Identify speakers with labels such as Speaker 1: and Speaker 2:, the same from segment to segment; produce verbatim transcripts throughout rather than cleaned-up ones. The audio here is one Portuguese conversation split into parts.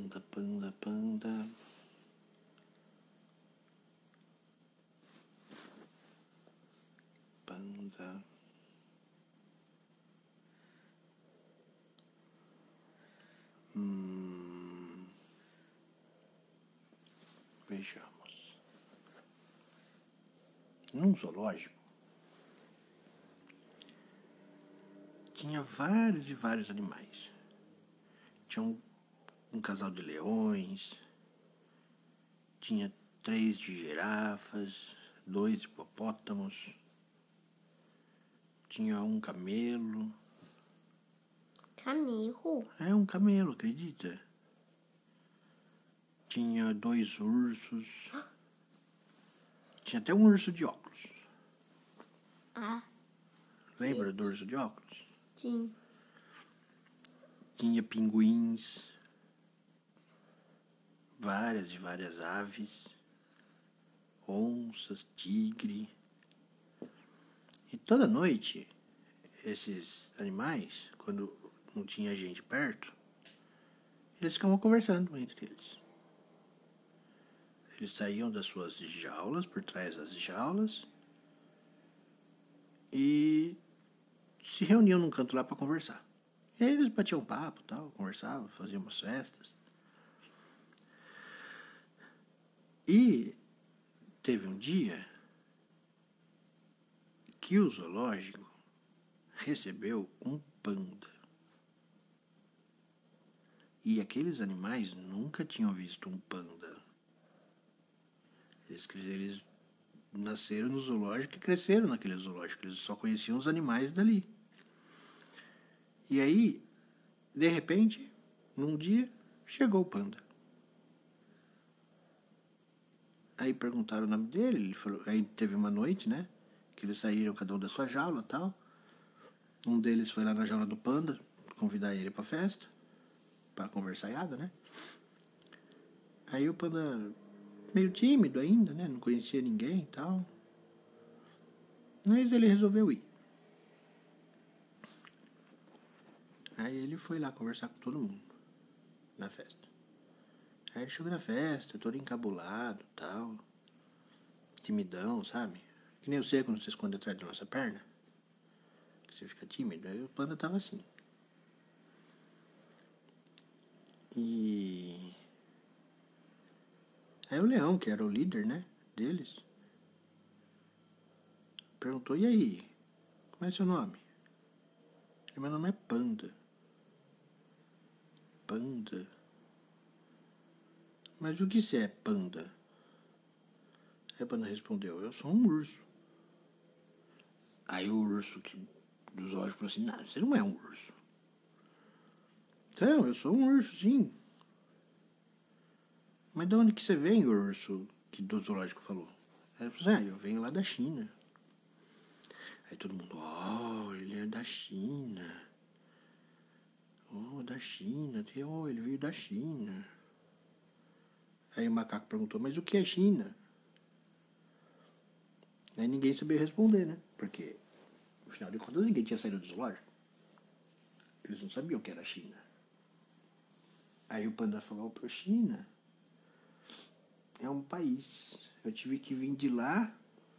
Speaker 1: Panda, panda, panda. Panda. Hum, vejamos. Num zoológico tinha vários e vários animais. Tinha um, um casal de leões, tinha três de girafas, dois hipopótamos, tinha um camelo.
Speaker 2: Camelo?
Speaker 1: É um camelo, acredita? Tinha dois ursos. Tinha até um urso de óculos.
Speaker 2: Ah.
Speaker 1: Lembra do urso de óculos?
Speaker 2: Sim.
Speaker 1: Tinha pinguins. Várias e várias aves. Onças, tigre. E toda noite, esses animais, quando não tinha gente perto, eles ficavam conversando entre eles. Eles saíam das suas jaulas, por trás das jaulas, e se reuniam num canto lá para conversar. E aí eles batiam papo, tal, conversavam, faziam umas festas. E teve um dia que o zoológico recebeu um panda. E aqueles animais nunca tinham visto um panda. Eles, eles nasceram no zoológico e cresceram naquele zoológico. Eles só conheciam os animais dali. E aí, de repente, num dia, chegou o panda. Aí perguntaram o nome dele, ele falou, aí teve uma noite, né, que eles saíram cada um da sua jaula e tal. Um deles foi lá na jaula do panda, convidar ele pra festa, pra conversaiada, né. Aí o panda, meio tímido ainda, né, não conhecia ninguém e tal. Mas ele resolveu ir. Aí ele foi lá conversar com todo mundo, na festa. Aí ele chegou na festa, todo encabulado e tal, timidão, sabe? Que nem você quando você esconde atrás da nossa perna. Que você fica tímido. Aí o panda tava assim. E aí o leão, que era o líder, né, deles, perguntou, e aí, como é seu nome? Ele, meu nome é Panda. Panda? Mas o que você é, panda? Aí o panda respondeu, eu sou um urso. Aí o urso que, dos olhos falou assim, não, você não é um urso. Então, eu sou um urso, sim. Mas de onde que você vem, o urso que do zoológico falou? Aí ele falou assim, ah, eu venho lá da China. Aí todo mundo, oh, ele é da China. Oh, da China, oh, ele veio da China. Aí o macaco perguntou, mas o que é China? Aí ninguém sabia responder, né? Porque, afinal de contas, ninguém tinha saído do zoológico. Eles não sabiam o que era China. Aí o panda falou, pô, China é um país. Eu tive que vir de lá.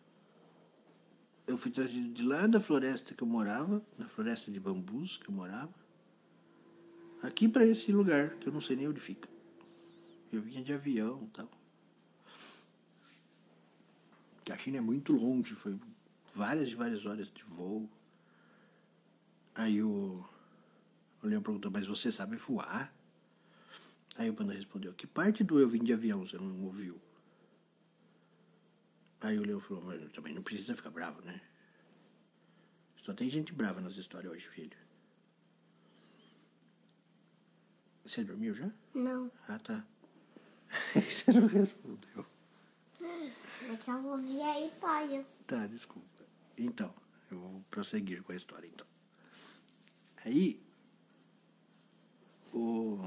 Speaker 1: Eu fui trazido de lá da floresta que eu morava, da floresta de bambus que eu morava, aqui para esse lugar, que eu não sei nem onde fica. Eu vinha de avião e tal. Que a China é muito longe, foi várias e várias horas de voo. Aí o, o leão perguntou, mas você sabe voar? Aí o panda respondeu, que parte do eu vim de avião você não ouviu? Aí o leão falou, mas também não precisa ficar bravo, né? Só tem gente brava nas histórias hoje, filho. Você dormiu já?
Speaker 2: Não.
Speaker 1: Ah, tá. Você não respondeu.
Speaker 2: É que eu ouvi a história.
Speaker 1: Tá, desculpa. Então, eu vou prosseguir com a história, então. Aí, o...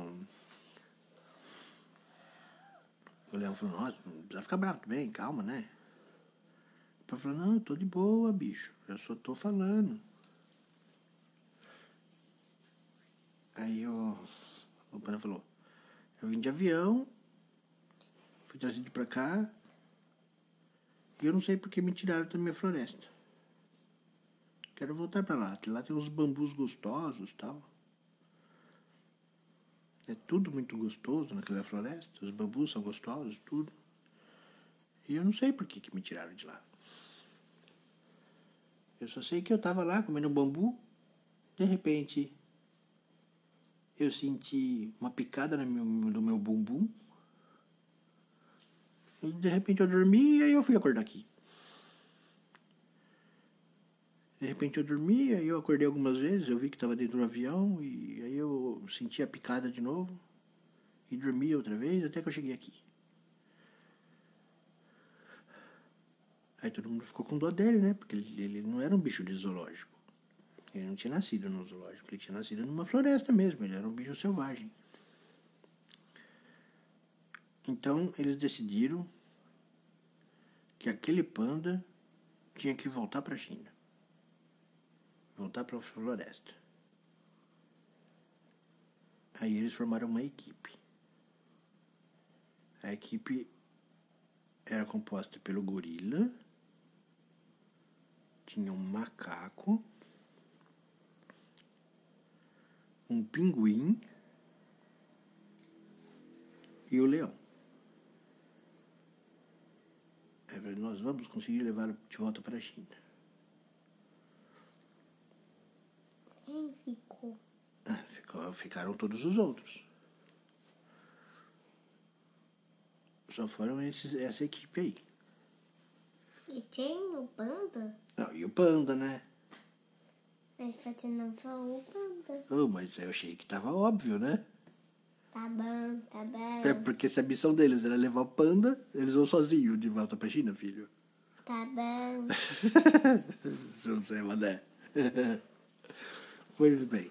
Speaker 1: O leão falou, nossa, não precisa ficar bravo também, calma, né? O pai falou, não, eu tô de boa, bicho. Eu só tô falando. Aí o, o pai falou, Eu vim de avião, fui trazido pra cá, e eu não sei porque me tiraram da minha floresta. Quero voltar pra lá, lá tem uns bambus gostosos e tal. É tudo muito gostoso naquela floresta, os bambus são gostosos, tudo. E eu não sei por que, que me tiraram de lá. Eu só sei que eu tava lá comendo bambu, de repente eu senti uma picada no meu, no meu bumbum, e de repente eu dormi e aí eu fui acordar aqui. De repente eu dormi, aí eu acordei algumas vezes, eu vi que estava dentro do avião, e aí eu senti a picada de novo, e dormi outra vez, até que eu cheguei aqui. Aí todo mundo ficou com dó dele, né? Porque ele, ele não era um bicho de zoológico. Ele não tinha nascido no zoológico, ele tinha nascido numa floresta mesmo, ele era um bicho selvagem. Então eles decidiram que aquele panda tinha que voltar para a China. Voltar para a floresta. Aí eles formaram uma equipe. A equipe era composta pelo gorila, tinha um macaco, um pinguim e o leão. Nós vamos conseguir levá-lo de volta para a China.
Speaker 2: Quem ficou?
Speaker 1: Ah, ficou, ficaram todos os outros. Só foram esses, essa equipe aí.
Speaker 2: E tem o panda?
Speaker 1: Não, e o panda, né?
Speaker 2: Mas você não falou o panda.
Speaker 1: Oh, mas eu achei que tava óbvio, né?
Speaker 2: Tá bom, tá bom.
Speaker 1: É porque se a missão deles era levar o panda, eles vão sozinhos de volta pra China, filho.
Speaker 2: Tá bom.
Speaker 1: Não sei, Mané. Pois bem.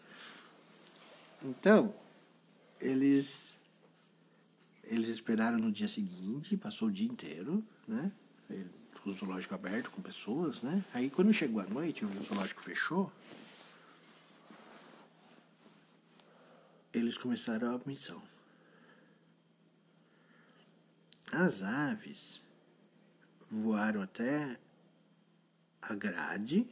Speaker 1: Então, eles eles esperaram no dia seguinte, passou o dia inteiro, né? O zoológico aberto com pessoas, né? Aí quando chegou a noite, o zoológico fechou, eles começaram a missão. As aves voaram até a grade,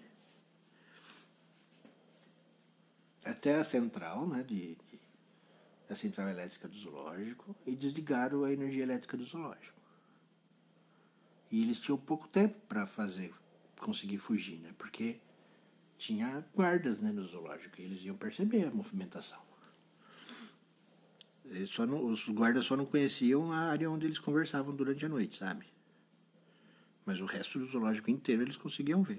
Speaker 1: até a central, né, de, de, a central elétrica do zoológico, e desligaram a energia elétrica do zoológico. E eles tinham pouco tempo para fazer, conseguir fugir, né, porque tinha guardas, né, no zoológico, e eles iam perceber a movimentação. Eles só não, os guardas só não conheciam a área onde eles conversavam durante a noite, sabe? Mas o resto do zoológico inteiro eles conseguiam ver.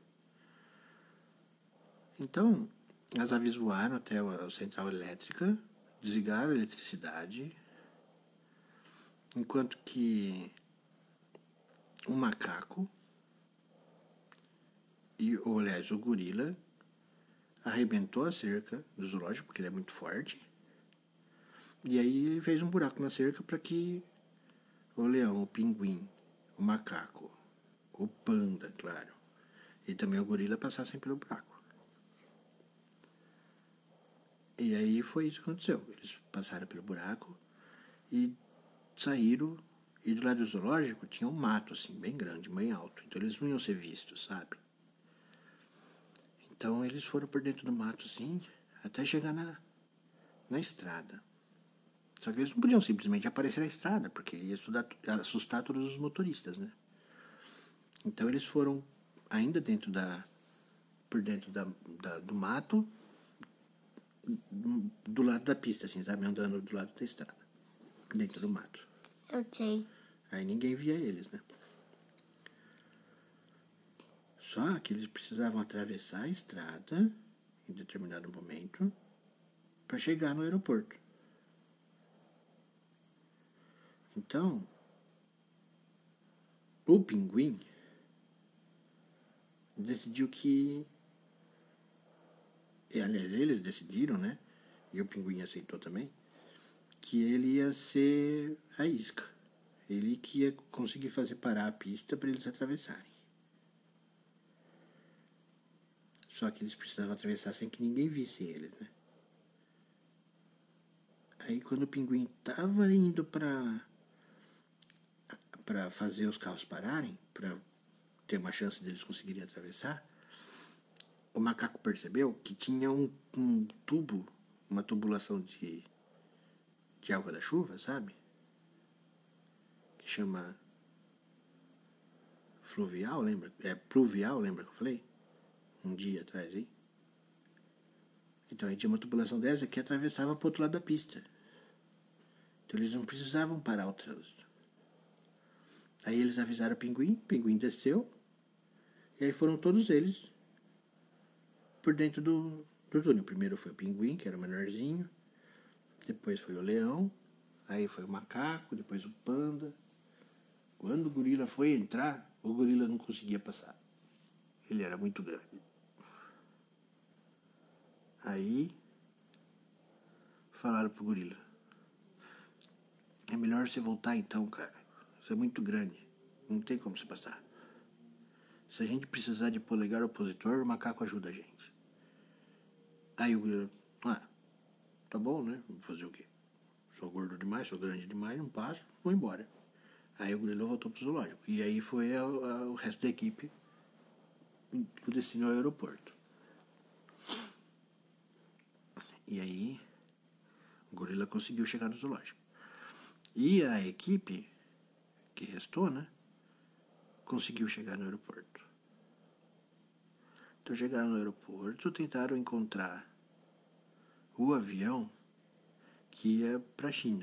Speaker 1: Então, as aves voaram até a central elétrica, desligaram a eletricidade, enquanto que o macaco, e, ou aliás, o gorila, arrebentou a cerca do zoológico, porque ele é muito forte, e aí ele fez um buraco na cerca para que o leão, o pinguim, o macaco, o panda, claro, e também o gorila passassem pelo buraco. E aí foi isso que aconteceu. Eles passaram pelo buraco e saíram. E do lado do zoológico tinha um mato, assim, bem grande, bem alto. Então eles não iam ser vistos, sabe? Então eles foram por dentro do mato, assim, até chegar na, na estrada. Só que eles não podiam simplesmente aparecer na estrada, porque ia estudar, assustar todos os motoristas, né? Então eles foram ainda dentro da... por dentro da, da, do mato, do lado da pista, assim, sabe? Andando do lado da estrada, dentro do mato.
Speaker 2: Eu sei.
Speaker 1: Aí ninguém via eles, né? Só que eles precisavam atravessar a estrada em determinado momento para chegar no aeroporto. Então, o pinguim decidiu que... E, aliás, eles decidiram, né? E o pinguim aceitou também, que ele ia ser a isca. Ele que ia conseguir fazer parar a pista para eles atravessarem. Só que eles precisavam atravessar sem que ninguém visse eles, né? Aí quando o pinguim tava indo para para fazer os carros pararem, para ter uma chance deles conseguirem atravessar, o macaco percebeu que tinha um, um tubo, uma tubulação de, de água da chuva, sabe? Que chama fluvial, lembra? É pluvial, lembra que eu falei? Um dia atrás aí. Então aí tinha uma tubulação dessa que atravessava para o outro lado da pista. Então eles não precisavam parar o trânsito. Aí eles avisaram o pinguim, o pinguim desceu, e aí foram todos eles por dentro do, do túnel. Primeiro foi o pinguim, que era o menorzinho, depois foi o leão, aí foi o macaco, depois o panda. Quando o gorila foi entrar, o gorila não conseguia passar. Ele era muito grande. Aí falaram pro gorila: é melhor você voltar então, cara. Você é muito grande. Não tem como você passar. Se a gente precisar de polegar opositor, o macaco ajuda a gente. Aí o gorila: ah, tá bom, né? Vou fazer o quê? Sou gordo demais, sou grande demais, não passo, vou embora. Aí o gorila voltou pro zoológico. E aí foi a, a, o resto da equipe com destino ao aeroporto. E aí o gorila conseguiu chegar no zoológico. E a equipe que restou, né, conseguiu chegar no aeroporto. Então chegaram no aeroporto, tentaram encontrar o avião que ia para a China.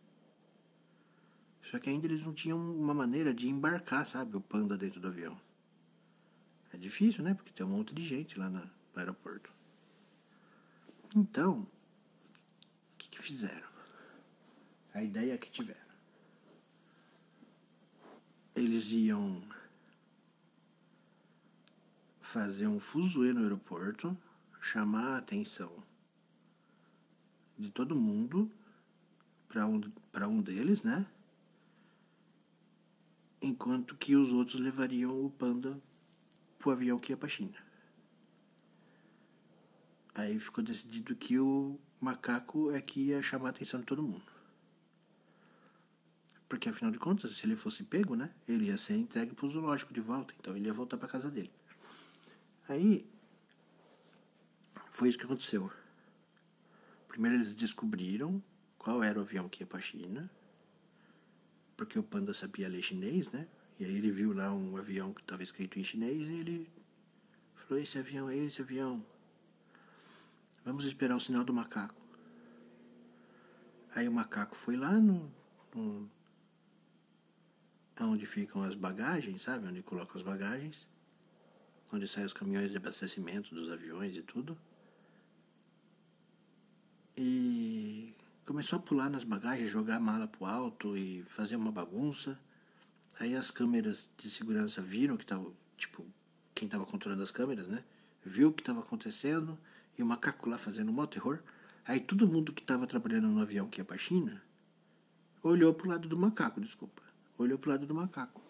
Speaker 1: Só que ainda eles não tinham uma maneira de embarcar, sabe, o panda dentro do avião. É difícil, né, porque tem um monte de gente lá no, no aeroporto. Então, o que, que fizeram? A ideia que tiveram. Eles iam fazer um fuzuê no aeroporto, chamar a atenção de todo mundo para um, para um deles, né? Enquanto que os outros levariam o panda pro avião que ia pra China. Aí ficou decidido que o macaco é que ia chamar a atenção de todo mundo. Porque afinal de contas, se ele fosse pego, né? Ele ia ser entregue pro zoológico de volta, então ele ia voltar pra casa dele. Aí foi isso que aconteceu. Primeiro eles descobriram qual era o avião que ia pra China, porque o panda sabia ler chinês, né? E aí ele viu lá um avião que estava escrito em chinês e ele falou: esse avião é esse avião. Vamos esperar o sinal do macaco. Aí o macaco foi lá no, no onde ficam as bagagens, sabe? Onde colocam as bagagens, onde saem os caminhões de abastecimento dos aviões e tudo. E começou a pular nas bagagens, jogar a mala pro alto e fazer uma bagunça. Aí as câmeras de segurança viram que tava, tipo, quem tava controlando as câmeras, né? Viu o que tava acontecendo e o macaco lá fazendo um maior terror. Aí todo mundo que tava trabalhando no avião que ia pra China olhou pro lado do macaco, desculpa. Olhou pro lado do macaco.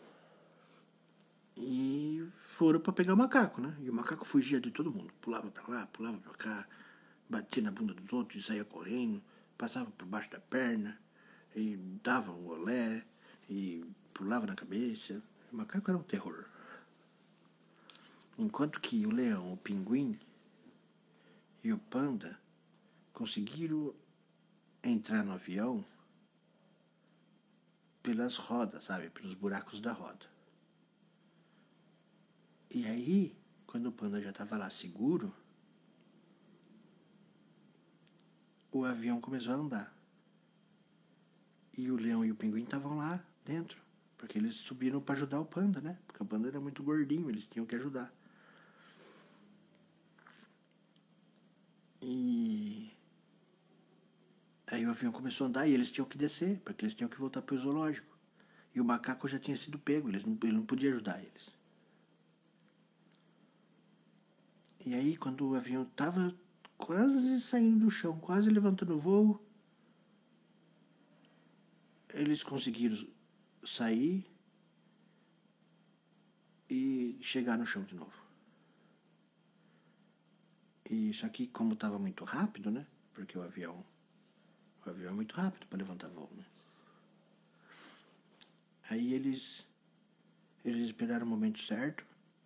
Speaker 1: E foram pra pegar o macaco, né? E o macaco fugia de todo mundo. Pulava pra lá, pulava pra cá, batia na bunda dos outros e saía correndo, passava por baixo da perna, e dava um olé, e pulava na cabeça. O macaco era um terror. Enquanto que o leão, o pinguim e o panda conseguiram entrar no avião pelas rodas, sabe? Pelos buracos da roda. E aí, quando o panda já estava lá seguro, o avião começou a andar. E o leão e o pinguim estavam lá dentro, porque eles subiram para ajudar o panda, né? Porque o panda era muito gordinho, eles tinham que ajudar. E aí o avião começou a andar e eles tinham que descer, porque eles tinham que voltar para o zoológico. E o macaco já tinha sido pego, eles não, ele não podia ajudar eles. E aí, quando o avião estava quase saindo do chão, quase levantando o voo, eles conseguiram sair e chegar no chão de novo. E isso aqui, como estava muito rápido, né? Porque o avião O avião é muito rápido para levantar voo, né? Aí eles, eles esperaram o momento certo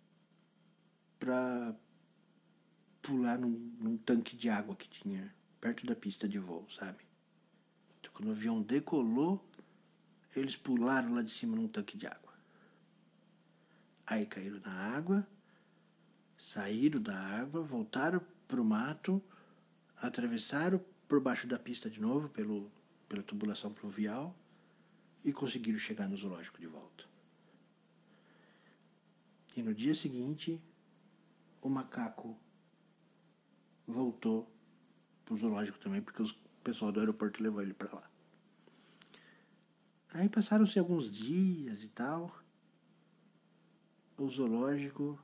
Speaker 1: para pular num, num tanque de água que tinha perto da pista de voo, sabe? Então, quando o avião decolou, eles pularam lá de cima num tanque de água. Aí caíram na água, saíram da água, voltaram pro mato, atravessaram por baixo da pista de novo, pelo, pela tubulação fluvial, e conseguiram chegar no zoológico de volta. E no dia seguinte, o macaco voltou pro zoológico também, porque o pessoal do aeroporto levou ele para lá. Aí passaram-se alguns dias e tal. O zoológico...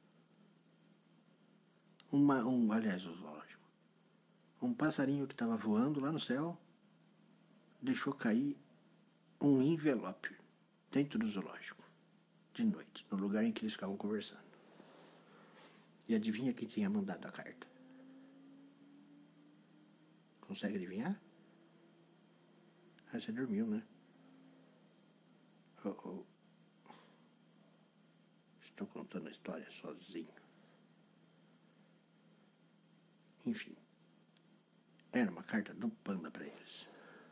Speaker 1: Uma, um, aliás, o zoológico. Um passarinho que estava voando lá no céu deixou cair um envelope dentro do zoológico, de noite, no lugar em que eles ficavam conversando. E adivinha quem tinha mandado a carta? Consegue adivinhar? Ah, você dormiu, né? Oh, oh. Estou contando a história sozinho. Enfim, era uma carta do Panda para eles.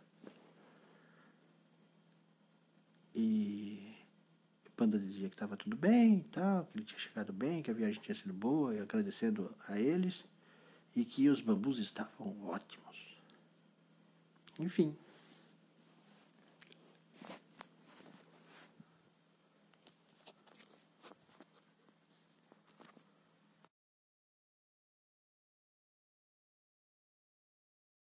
Speaker 1: E o Panda dizia que estava tudo bem e tal, que ele tinha chegado bem, que a viagem tinha sido boa, e agradecendo a eles, e que os bambus estavam ótimos. Enfim,